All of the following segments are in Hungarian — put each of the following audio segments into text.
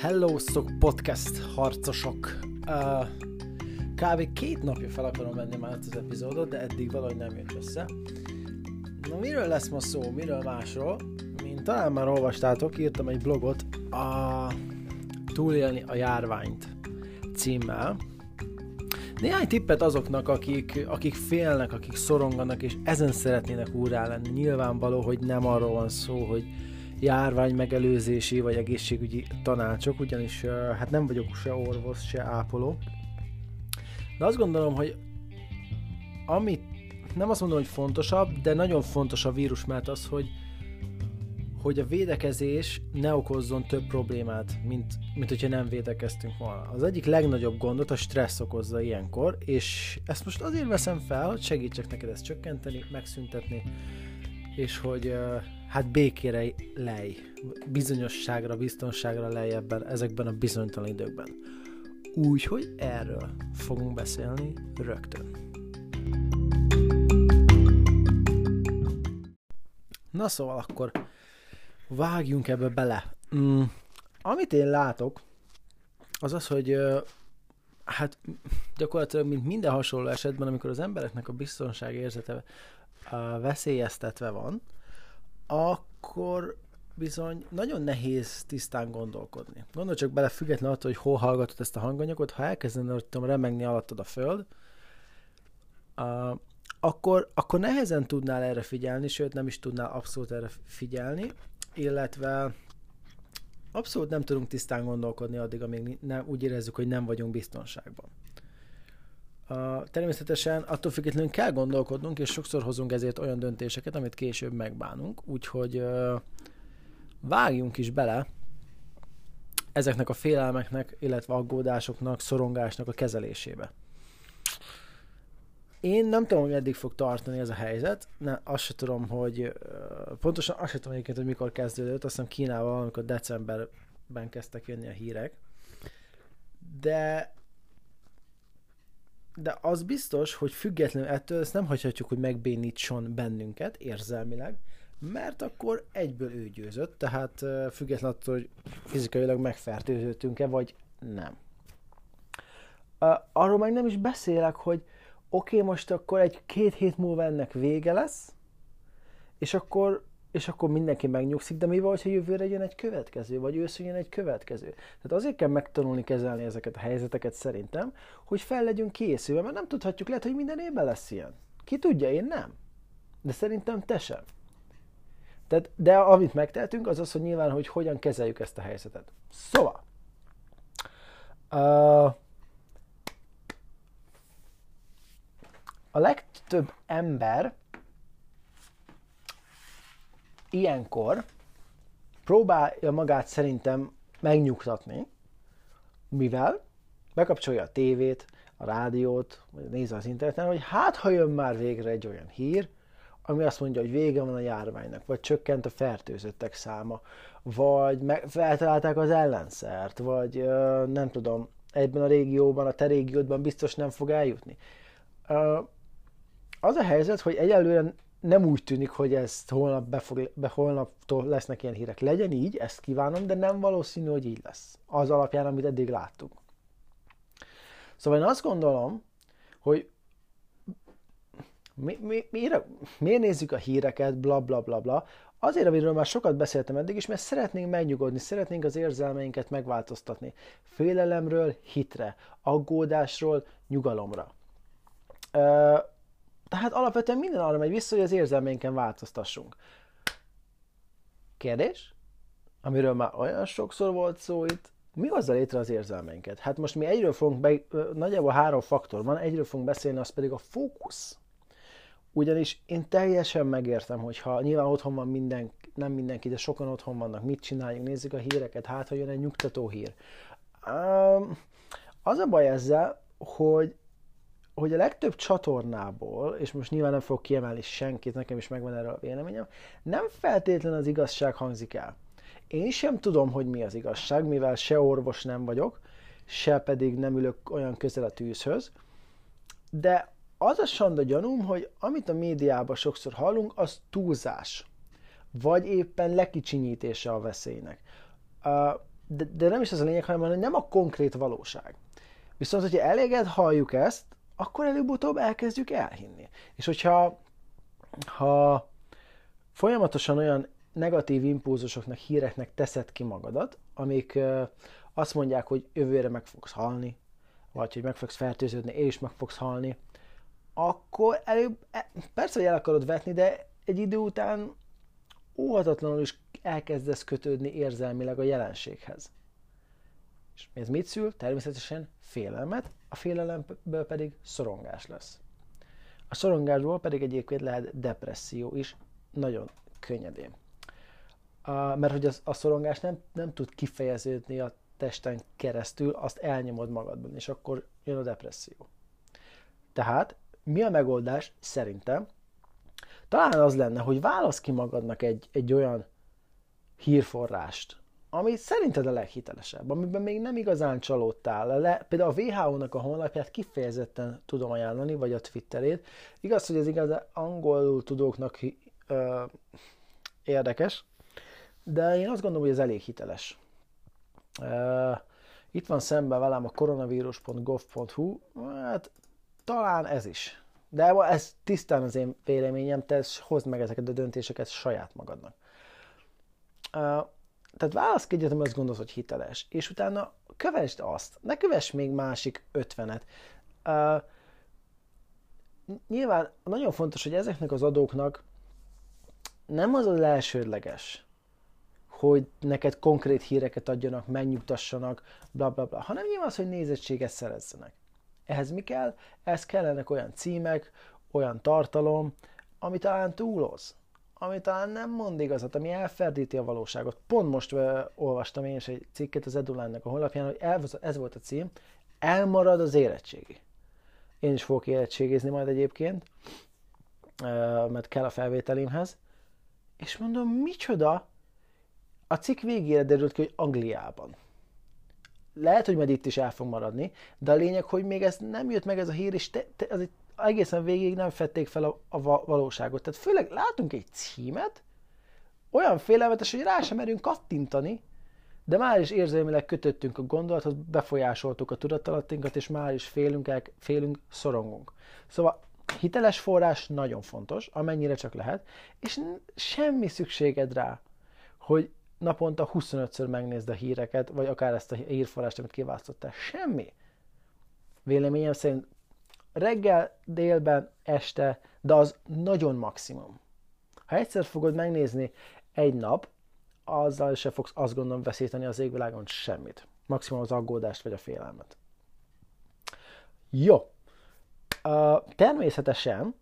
Hello, podcast harcosok! Kb. 2 napja fel akarom venni már ezt az epizódot, de eddig valahogy nem jött össze. Na, miről lesz ma szó? Miről másról? Mint talán már olvastátok, írtam egy blogot a Túlélni a járványt címmel. Néhány tippet azoknak, akik félnek, akik szoronganak, és ezen szeretnének úrrá lenni. Nyilvánvaló, hogy nem arról van szó, hogy járvány megelőzési vagy egészségügyi tanácsok, ugyanis hát nem vagyok se orvos, se ápoló. De azt gondolom, hogy amit nem azt mondom, hogy fontosabb, de nagyon fontos a vírus, mert az, hogy a védekezés ne okozzon több problémát, mint hogyha nem védekeztünk volna. Az egyik legnagyobb gondot a stressz okozza ilyenkor, és ezt most azért veszem fel, hogy segítsek neked ezt csökkenteni, megszüntetni, és hogy hát békére lej, bizonyosságra, biztonságra lej ezekben a bizonytalan időkben. Úgyhogy erről fogunk beszélni rögtön. Na szóval akkor vágjunk ebbe bele. Amit én látok, az az, hogy hát gyakorlatilag mint minden hasonló esetben, amikor az embereknek a biztonság érzete veszélyeztetve van, akkor bizony nagyon nehéz tisztán gondolkodni. Gondolj csak bele, függetlenül attól, hogy hol hallgatod ezt a hanganyagot, ha elkezdene remegni alattad a föld, akkor nehezen tudnál erre figyelni, sőt nem is tudnál abszolút erre figyelni, illetve abszolút nem tudunk tisztán gondolkodni addig, amíg nem, úgy érezzük, hogy nem vagyunk biztonságban. Természetesen attól függetlenül kell gondolkodnunk, és sokszor hozunk ezért olyan döntéseket, amit később megbánunk, úgyhogy vágjunk is bele ezeknek a félelmeknek, illetve aggódásoknak, szorongásnak a kezelésébe. Én nem tudom, hogy meddig fog tartani ez a helyzet, azt se tudom, hogy pontosan azt se tudom egyébként, hogy mikor kezdődött, azt hiszem Kínában valamikor decemberben kezdtek jönni a hírek, de az biztos, hogy függetlenül ettől ezt nem hagyhatjuk, hogy megbénítson bennünket érzelmileg, mert akkor egyből ő győzött, tehát függetlenül attól, hogy fizikailag megfertőzöttünk-e, vagy nem. Arról meg nem is beszélek, hogy oké, most akkor 1-2 hét múlva ennek vége lesz, és akkor mindenki megnyugszik, de mi van, ha jövőre jön egy következő, vagy őszön jön egy következő. Tehát azért kell megtanulni kezelni ezeket a helyzeteket szerintem, hogy fel legyünk készülve, mert nem tudhatjuk, lehet, hogy minden évben lesz ilyen. Ki tudja, én nem. De szerintem te sem. De amit megtehetünk, az az, hogy nyilván, hogy hogyan kezeljük ezt a helyzetet. Szóval, a legtöbb ember ilyenkor próbálja magát szerintem megnyugtatni, mivel bekapcsolja a tévét, a rádiót, vagy nézze az interneten, hogy hát ha jön már végre egy olyan hír, ami azt mondja, hogy vége van a járványnak, vagy csökkent a fertőzöttek száma, vagy feltalálták az ellenszert, vagy nem tudom, egyben a régióban, a te régiódban biztos nem fog eljutni. Az a helyzet, hogy egyelőre nem úgy tűnik, hogy ezt holnaptól lesznek ilyen hírek. Legyen így, ezt kívánom, de nem valószínű, hogy így lesz. Az alapján, amit eddig láttunk. Szóval én azt gondolom, hogy miért nézzük a híreket, bla bla bla bla. Azért, amiről már sokat beszéltem eddig is, mert szeretnénk megnyugodni, szeretnénk az érzelmeinket megváltoztatni. Félelemről hitre, aggódásról nyugalomra. Tehát alapvetően minden arra megy vissza, hogy az érzelmeinken változtassunk. Kérdés, amiről már olyan sokszor volt szó itt, mi hozza létre az érzelmeinket? Hát most mi egyről fogunk, nagyjából 3 faktor van, egyről fogunk beszélni, az pedig a fókusz. Ugyanis én teljesen megértem, hogyha nyilván otthon van nem mindenki, de sokan otthon vannak, mit csináljunk, nézzük a híreket, hát ha jön egy nyugtató hír. Az a baj ezzel, hogy a legtöbb csatornából, és most nyilván nem fogok kiemelni senkit, nekem is megvan erről a véleményem, nem feltétlenül az igazság hangzik el. Én sem tudom, hogy mi az igazság, mivel se orvos nem vagyok, se pedig nem ülök olyan közel a tűzhöz, de az a sanda gyanúm, hogy amit a médiában sokszor hallunk, az túlzás, vagy éppen lekicsinyítése a veszélynek. de nem is ez a lényeg, hanem nem a konkrét valóság. Viszont, hogyha eléged halljuk ezt, akkor előbb-utóbb elkezdjük elhinni. És hogyha folyamatosan olyan negatív impulzusoknak, híreknek teszed ki magadat, amik azt mondják, hogy jövőre meg fogsz halni, vagy hogy meg fogsz fertőződni, és meg fogsz halni, akkor persze, hogy el akarod vetni, de egy idő után óhatatlanul is elkezdesz kötődni érzelmileg a jelenséghez. És ez mit szül? Természetesen félelmet, a félelemből pedig szorongás lesz. A szorongásból pedig egyébként lehet depresszió is, nagyon könnyedén. Mert hogy a szorongás nem tud kifejeződni a testen keresztül, azt elnyomod magadban, és akkor jön a depresszió. Tehát mi a megoldás szerintem? Talán az lenne, hogy válasz ki magadnak egy olyan hírforrást, ami szerinted a leghitelesebb, amiben még nem igazán csalódtál. Például a WHO-nak a honlapját kifejezetten tudom ajánlani, vagy a Twitterét. Igaz, hogy ez igaz angolul tudóknak érdekes, de én azt gondolom, hogy ez elég hiteles. Itt van szemben velem a koronavírus.gov.hu, hát talán ez is. De ez tisztán az én véleményem, te hozd meg ezeket a döntéseket saját magadnak. Tehát válasz ki egyet, azt gondolod, hogy hiteles, és utána kövesd azt, ne kövess még másik 50-et. Nyilván nagyon fontos, hogy ezeknek az adóknak nem az az elsődleges, hogy neked konkrét híreket adjanak, megnyugtassanak, bla bla bla, hanem nyilván az, hogy nézettséget szerezzenek. Ehhez mi kell? Ehhez kellenek olyan címek, olyan tartalom, ami talán túloz, ami talán nem mond igazat, ami elferdíti a valóságot. Pont most olvastam én is egy cikket az Edulánnak a honlapján, hogy ez volt a cím, elmarad az érettségi. Én is fogok érettségizni majd egyébként, mert kell a felvételimhez, és mondom, micsoda? A cikk végére derült ki, hogy Angliában. Lehet, hogy majd itt is el fog maradni, de a lényeg, hogy még ez nem jött meg ez a hír, és egészen végig nem fedték fel a valóságot. Tehát főleg látunk egy címet, olyan félelmetes, hogy rá sem merünk kattintani, de már is érzelmileg kötöttünk a gondolathoz, befolyásoltuk a tudatalattinkat, és már is félünk, szorongunk. Szóval hiteles forrás nagyon fontos, amennyire csak lehet, és semmi szükséged rá, hogy naponta 25-ször megnézd a híreket, vagy akár ezt a hírforrást, amit kiválasztottál. Semmi. Véleményem szerint reggel, délben, este, de az nagyon maximum. Ha egyszer fogod megnézni egy nap, azzal se fogsz azt gondolom veszíteni az égvilágon semmit. Maximum az aggódást vagy a félelmet. Jó. Természetesen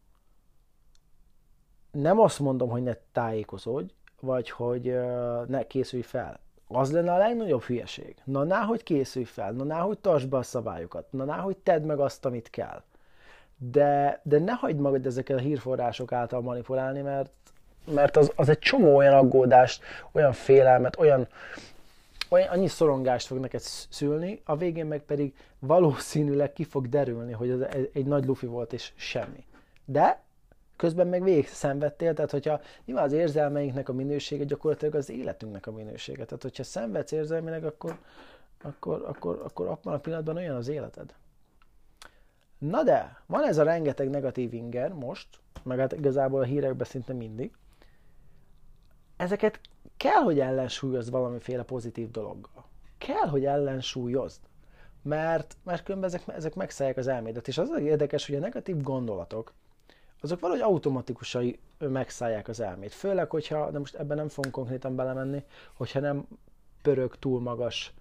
nem azt mondom, hogy ne tájékozódj, vagy hogy ne készülj fel. Az lenne a legnagyobb hülyeség. Na náhogy készülj fel, na náhogy tartsd be a szabályokat, na náhogy tedd meg azt, amit kell. De ne hagyd magad ezekkel a hírforrások által manipulálni, mert az egy csomó olyan aggódást, olyan félelmet, annyi szorongást fog neked szülni, a végén meg pedig valószínűleg ki fog derülni, hogy ez egy nagy lufi volt és semmi. De közben meg végig szenvedtél, tehát hogyha nyilván az érzelmeinknek a minősége gyakorlatilag az életünknek a minősége. Tehát hogyha szenvedsz érzelmileg, akkor abban a pillanatban olyan az életed. Na de, van ez a rengeteg negatív inger most, meg hát igazából a hírekben szinte mindig. Ezeket kell, hogy ellensúlyozd valamiféle pozitív dologgal. Kell, hogy ellensúlyozd. Mert különben ezek megszállják az elmédet. És az érdekes, hogy a negatív gondolatok, azok valahogy automatikusan megszállják az elmét. Főleg, hogyha, de most ebben nem fogunk konkrétan belemenni, hogyha nem pörög túl magas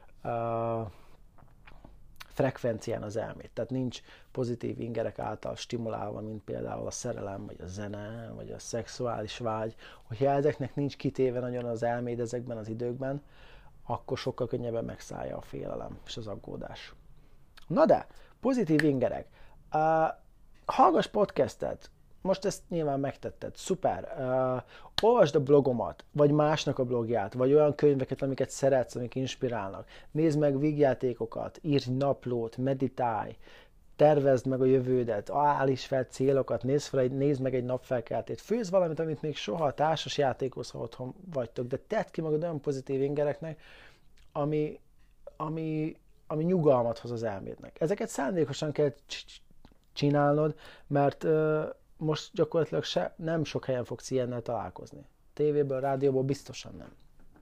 frekvencián az elmét. Tehát nincs pozitív ingerek által stimulálva, mint például a szerelem, vagy a zene, vagy a szexuális vágy. Hogyha ezeknek nincs kitéve nagyon az elméd ezekben az időkben, akkor sokkal könnyebben megszállja a félelem és az aggódás. Na de, pozitív ingerek. Hallgass podcastet, most ezt nyilván megtetted, szuper. Olvasd a blogomat, vagy másnak a blogját, vagy olyan könyveket, amiket szeretsz, amik inspirálnak. Nézd meg vígjátékokat, írj naplót, meditálj, tervezd meg a jövődet, állíts fel célokat, nézd meg egy napfelkeltét, főzz valamit, amit még soha társas játékozva otthon vagytok, de tedd ki magad olyan pozitív ingereknek, ami, ami nyugalmat hoz az elmédnek. Ezeket szándékosan kell csinálnod, mert most gyakorlatilag nem sok helyen fogsz ilyennel találkozni. Tévéből, rádióból biztosan nem.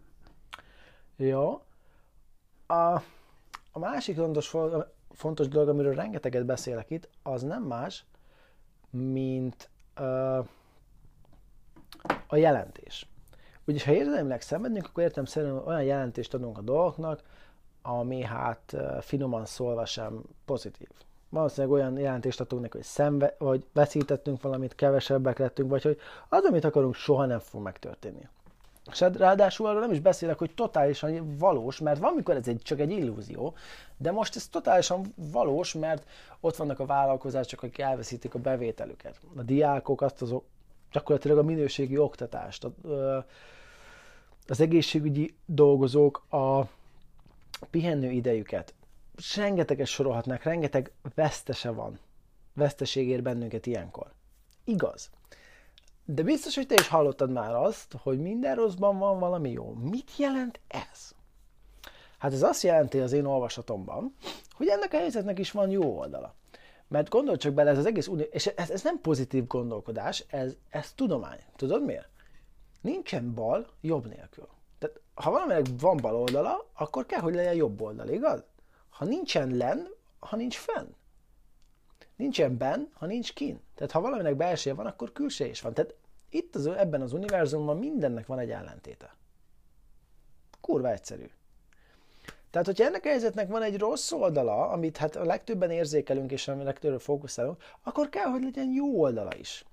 Jó. A másik fontos dolog, amiről rengeteget beszélek itt, az nem más, mint a jelentés. Úgyis, ha érzelmileg szenvedünk, akkor értelemszerűen olyan jelentést adunk a dolgoknak, ami hát finoman szólva sem pozitív. Valószínűleg olyan jelentést adunk neki, hogy veszítettünk valamit, kevesebbek lettünk, vagy hogy az, amit akarunk, soha nem fog megtörténni. És ráadásul arról nem is beszélek, hogy totálisan valós, mert valamikor ez csak egy illúzió, de most ez totálisan valós, mert ott vannak a vállalkozások, akik elveszítik a bevételüket. A diákok gyakorlatilag a minőségi oktatást, az egészségügyi dolgozók a pihenő idejüket. Rengeteget sorolhatnák, rengeteg vesztese van. Veszteség ér bennünket ilyenkor. Igaz. De biztos, hogy te is hallottad már azt, hogy minden rosszban van valami jó. Mit jelent ez? Hát ez azt jelenti az én olvasatomban, hogy ennek a helyzetnek is van jó oldala. Mert gondolj csak bele, ez az egész és ez nem pozitív gondolkodás, ez tudomány. Tudod miért? Nincsen bal jobb nélkül. Tehát ha valaminek van bal oldala, akkor kell, hogy legyen jobb oldal, igaz? Ha nincsen len, ha nincs fenn. Nincsen benn, ha nincs kin. Tehát ha valaminek belseje van, akkor külseje is van. Tehát itt ebben az univerzumban mindennek van egy ellentéte. Kurva egyszerű. Tehát, hogyha ennek a helyzetnek van egy rossz oldala, amit hát a legtöbben érzékelünk, és ami legtöbbre fókuszálunk, akkor kell, hogy legyen jó oldala is.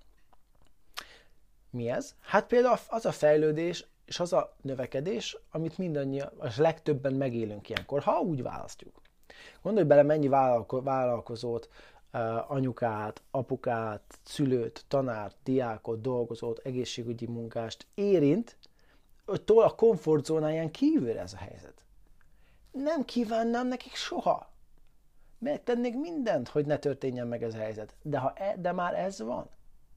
Mi ez? Hát például az a fejlődés, és az a növekedés, amit mindannyian, a legtöbben megélünk ilyenkor, ha úgy választjuk. Gondolj bele, mennyi vállalkozót, anyukát, apukát, szülőt, tanárt, diákot, dolgozót, egészségügyi munkást érint, hogy a komfortzónáján kívül ez a helyzet. Nem kívánnám nekik soha. Megtennék mindent, hogy ne történjen meg ez a helyzet. De már ez van.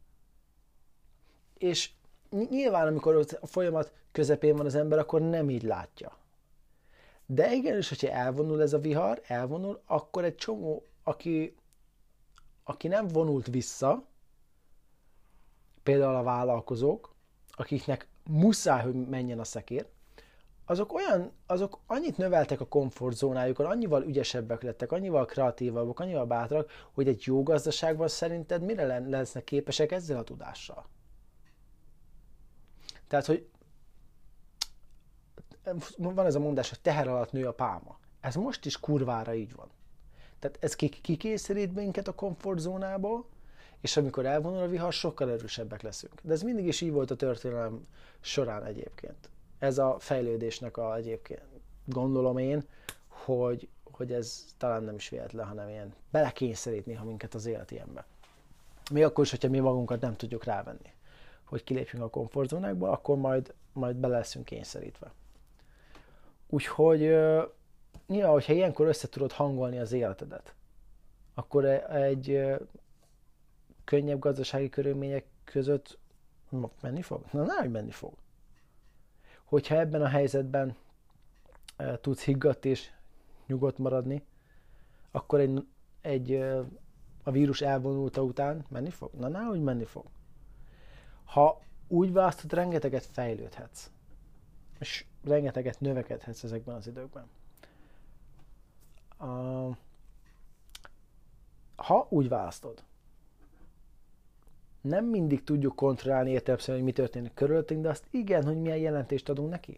És nyilván, amikor a folyamat közepén van az ember, akkor nem így látja. De igenis, hogyha elvonul ez a vihar, akkor egy csomó, aki nem vonult vissza, például a vállalkozók, akiknek muszáj, hogy menjen a szekér, azok annyit növeltek a komfortzónájukon, annyival ügyesebbek lettek, annyival kreatívabbak, annyival bátrak, hogy egy jó gazdaságban szerinted mire lesznek képesek ezzel a tudással? Tehát, hogy van ez a mondás, hogy teher alatt nő a pálma. Ez most is kurvára így van. Tehát ez kikényszerít minket a komfortzónából, és amikor elvonul a vihar, sokkal erősebbek leszünk. De ez mindig is így volt a történelem során egyébként. Ez a fejlődésnek egyébként gondolom én, hogy ez talán nem is véletlen, hanem ilyen belekényszerít néha minket az élet ilyenbe. Mi akkor is, hogyha mi magunkat nem tudjuk rávenni, hogy kilépjünk a komfortzónákból, akkor majd bele leszünk kényszerítve. Úgyhogy nyilván, hogyha ilyenkor össze tudod hangolni az életedet, akkor egy könnyebb gazdasági körülmények között menni fog? Na, nem, hogy menni fog. Hogyha ebben a helyzetben tudsz higgadt és nyugodt maradni, akkor a vírus elvonulta után menni fog? Na, hogy menni fog. Ha úgy választod, rengeteget fejlődhetsz, és rengeteget növekedhetsz ezekben az időkben. Ha úgy választod, nem mindig tudjuk kontrollálni értelemszerűen, hogy mi történik körülöttünk, de azt igen, hogy milyen jelentést adunk neki.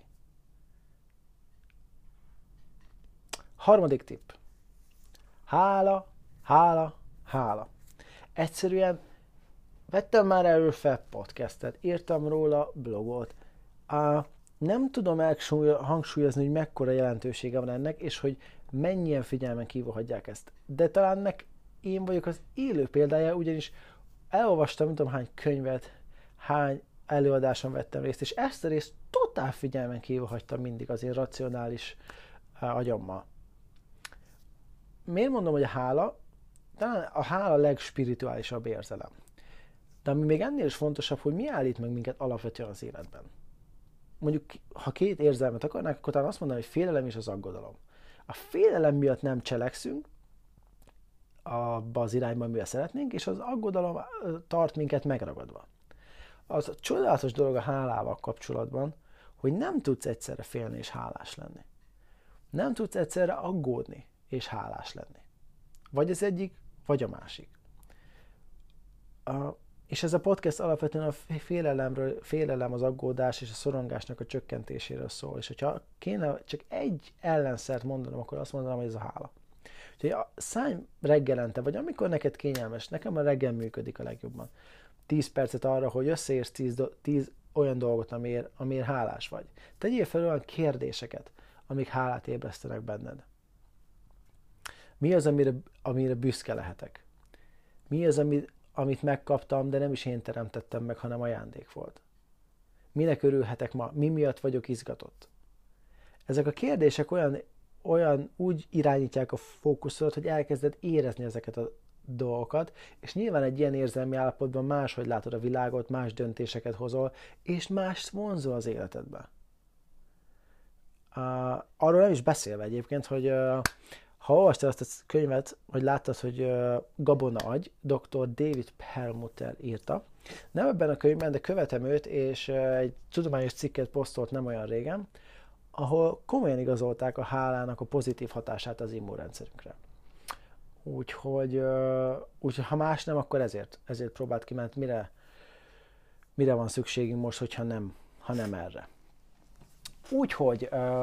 Harmadik tipp. Hála, hála, hála. Egyszerűen vettem már erről fel podcastet, írtam róla blogot. Nem tudom hangsúlyozni, hogy mekkora jelentősége van ennek, és hogy mennyien figyelmen kívül hagyják ezt. De talán én vagyok az élő példája, ugyanis elolvastam, nem tudom hány könyvet, hány előadáson vettem részt, és ezt a részt totál figyelmen kívül hagytam mindig az én racionális agyammal. Miért mondom, hogy a hála? Talán a hála a legspirituálisabb érzelem. De ami még ennél is fontosabb, hogy mi állít meg minket alapvetően az életben. mondjuk, ha két érzelmet akarnák, akkor talán azt mondanám, hogy félelem és az aggodalom. A félelem miatt nem cselekszünk abba az irányba, amivel szeretnénk, és az aggodalom tart minket megragadva. Az a csodálatos dolog a hálával kapcsolatban, hogy nem tudsz egyszerre félni és hálás lenni. Nem tudsz egyszerre aggódni és hálás lenni. Vagy az egyik, vagy a másik. És ez a podcast alapvetően a félelem, az aggódás és a szorongásnak a csökkentéséről szól. És hogyha kéne csak egy ellenszert mondanom, akkor azt mondanám, hogy ez a hála. Úgyhogy szállj reggelente, vagy amikor neked kényelmes, nekem a reggel működik a legjobban. 10 percet arra, hogy összeérsz 10 olyan dolgot, amiért hálás vagy. Tegyél fel olyan kérdéseket, amik hálát ébresztenek benned. Mi az, amire büszke lehetek? Mi az, amit megkaptam, de nem is én teremtettem meg, hanem ajándék volt? Minek örülhetek ma? Mi miatt vagyok izgatott? Ezek a kérdések olyan úgy irányítják a fókuszot, hogy elkezded érezni ezeket a dolgokat, és nyilván egy ilyen érzelmi állapotban máshogy látod a világot, más döntéseket hozol, és más vonzol az életedbe. Arról nem is beszélve egyébként, hogy ha olvastad azt a könyvet, hogy láttad, hogy Gabona agy, dr. David Perlmutter írta. Nem ebben a könyvben, de követem őt, és egy tudományos cikket posztolt nem olyan régen, ahol komolyan igazolták a hálának a pozitív hatását az immunrendszerünkre. Úgyhogy ha más nem, akkor ezért próbált ki, mert mire van szükségünk most, hogyha nem erre. Úgyhogy,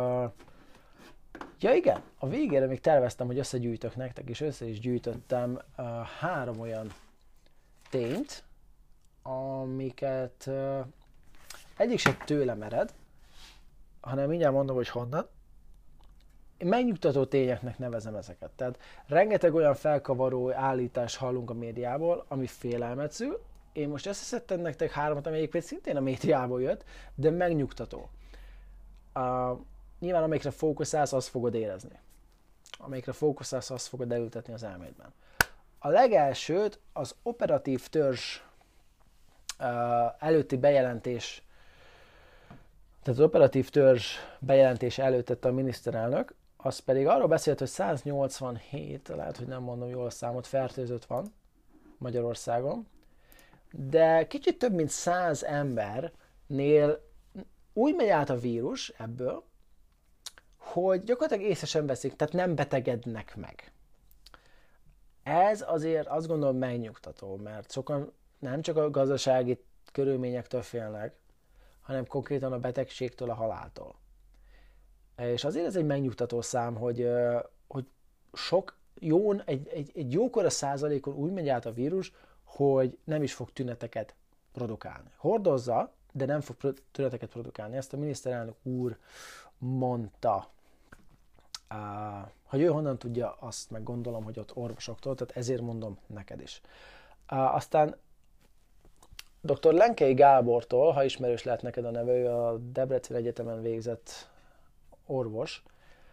ja igen, a végére még terveztem, hogy összegyűjtök nektek, és össze is gyűjtöttem 3 olyan tényt, amiket egyik sem tőlem ered, hanem mindjárt mondom, hogy honnan. Én megnyugtató tényeknek nevezem ezeket. Tehát rengeteg olyan felkavaró állítást hallunk a médiából, ami félelmet szül. Én most összeszedtem nektek 3, ami egyébként szintén a médiából jött, de megnyugtató. Nyilván amelyikre fókuszálsz, azt fogod érezni. Amelyikre fókuszálsz, azt fogod elültetni az elmédben. A legelsőt az operatív törzs előtti bejelentés, tehát az operatív törzs bejelentése előtt tette a miniszterelnök, az pedig arról beszélt, hogy 187, lehet, hogy nem mondom jól a számot, fertőzött van Magyarországon, de kicsit több mint 100 embernél úgy megy át a vírus ebből, hogy gyakorlatilag észre sem veszik, tehát nem betegednek meg. Ez azért azt gondolom megnyugtató, mert sokan nem csak a gazdasági körülményektől félnek, hanem konkrétan a betegségtől, a haláltól. És azért ez egy megnyugtató szám, hogy egy jókora százalékon úgy megy át a vírus, hogy nem is fog tüneteket produkálni. Hordozza, de nem fog tüneteket produkálni. Ezt a miniszterelnök úr mondta. Hogy ő honnan tudja, azt meg gondolom, hogy ott orvosoktól, tehát ezért mondom neked is. Aztán dr. Lenkei Gábortól, ha ismerős lehet neked a neve, ő a Debrecen Egyetemen végzett orvos.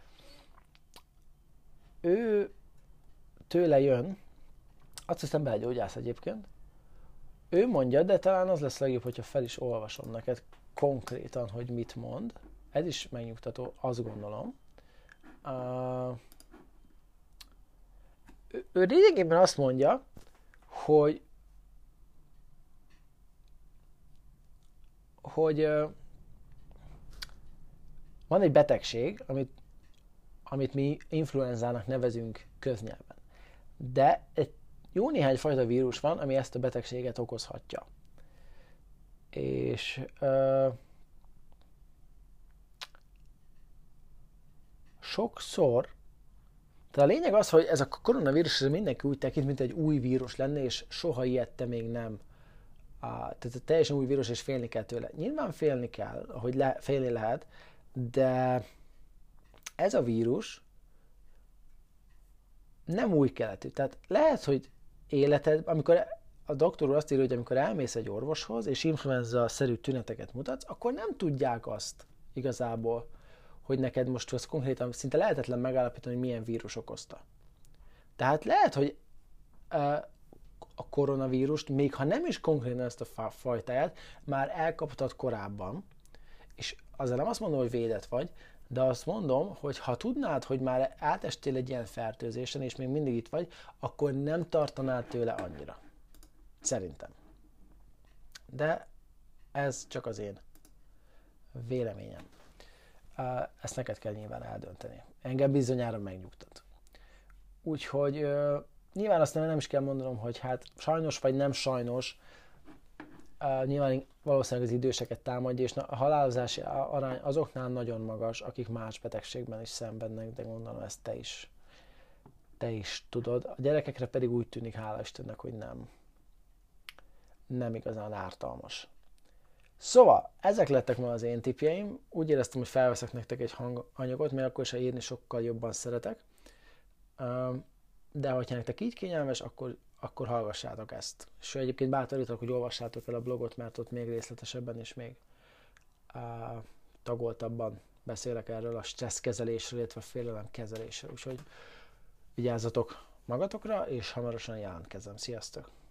Ő tőle jön, azt hiszem belgyógyász egyébként. Ő mondja, de talán az lesz legjobb, hogyha fel is olvasom neked konkrétan, hogy mit mond. Ez is megnyugtató, azt gondolom. Ő lényegében azt mondja, hogy van egy betegség, amit mi influenzának nevezünk köznyelven. De egy jó néhány fajta vírus van, ami ezt a betegséget okozhatja. És sokszor, tehát a lényeg az, hogy ez a koronavírus ez mindenki úgy tekint, mint egy új vírus lenne, és soha ilyet te még nem. Tehát egy teljesen új vírus, és félni kell tőle. Nyilván félni kell, ahogy félni lehet, de ez a vírus nem új keletű. Tehát lehet, hogy amikor a doktor úr azt írja, hogy amikor elmész egy orvoshoz, és influenza-szerű tüneteket mutatsz, akkor nem tudják azt igazából, hogy neked most az konkrétan szinte lehetetlen megállapítani, hogy milyen vírus okozta. Tehát lehet, hogy a koronavírust, még ha nem is konkrétan ezt a fajtáját, már elkaptad korábban, És azért nem azt mondom, hogy védett vagy, de azt mondom, hogy ha tudnád, hogy már átestél egy ilyen fertőzésen, és még mindig itt vagy, akkor nem tartanád tőle annyira. Szerintem. De ez csak az én véleményem. Ezt neked kell nyilván eldönteni. Engem bizonyára megnyugtat. Úgyhogy nyilván azt nem is kell mondanom, hogy hát sajnos vagy nem sajnos, nyilván valószínűleg az időseket támadja, és a halálozási arány azoknál nagyon magas, akik más betegségben is szenvednek, de gondolom ezt te is tudod. A gyerekekre pedig úgy tűnik, hála Istennek, hogy nem igazán ártalmas. Szóval, ezek lettek ma az én tippjeim. Úgy éreztem, hogy felveszek nektek egy hanganyagot, mert akkor is, ha írni sokkal jobban szeretek. De ha nektek így kényelmes, akkor hallgassátok ezt. És egyébként bátorítok, hogy olvassátok el a blogot, mert ott még részletesebben és még tagoltabban beszélek erről a stresszkezelésről, illetve a félelemkezelésről. Úgyhogy vigyázzatok magatokra, és hamarosan jelentkezem. Sziasztok!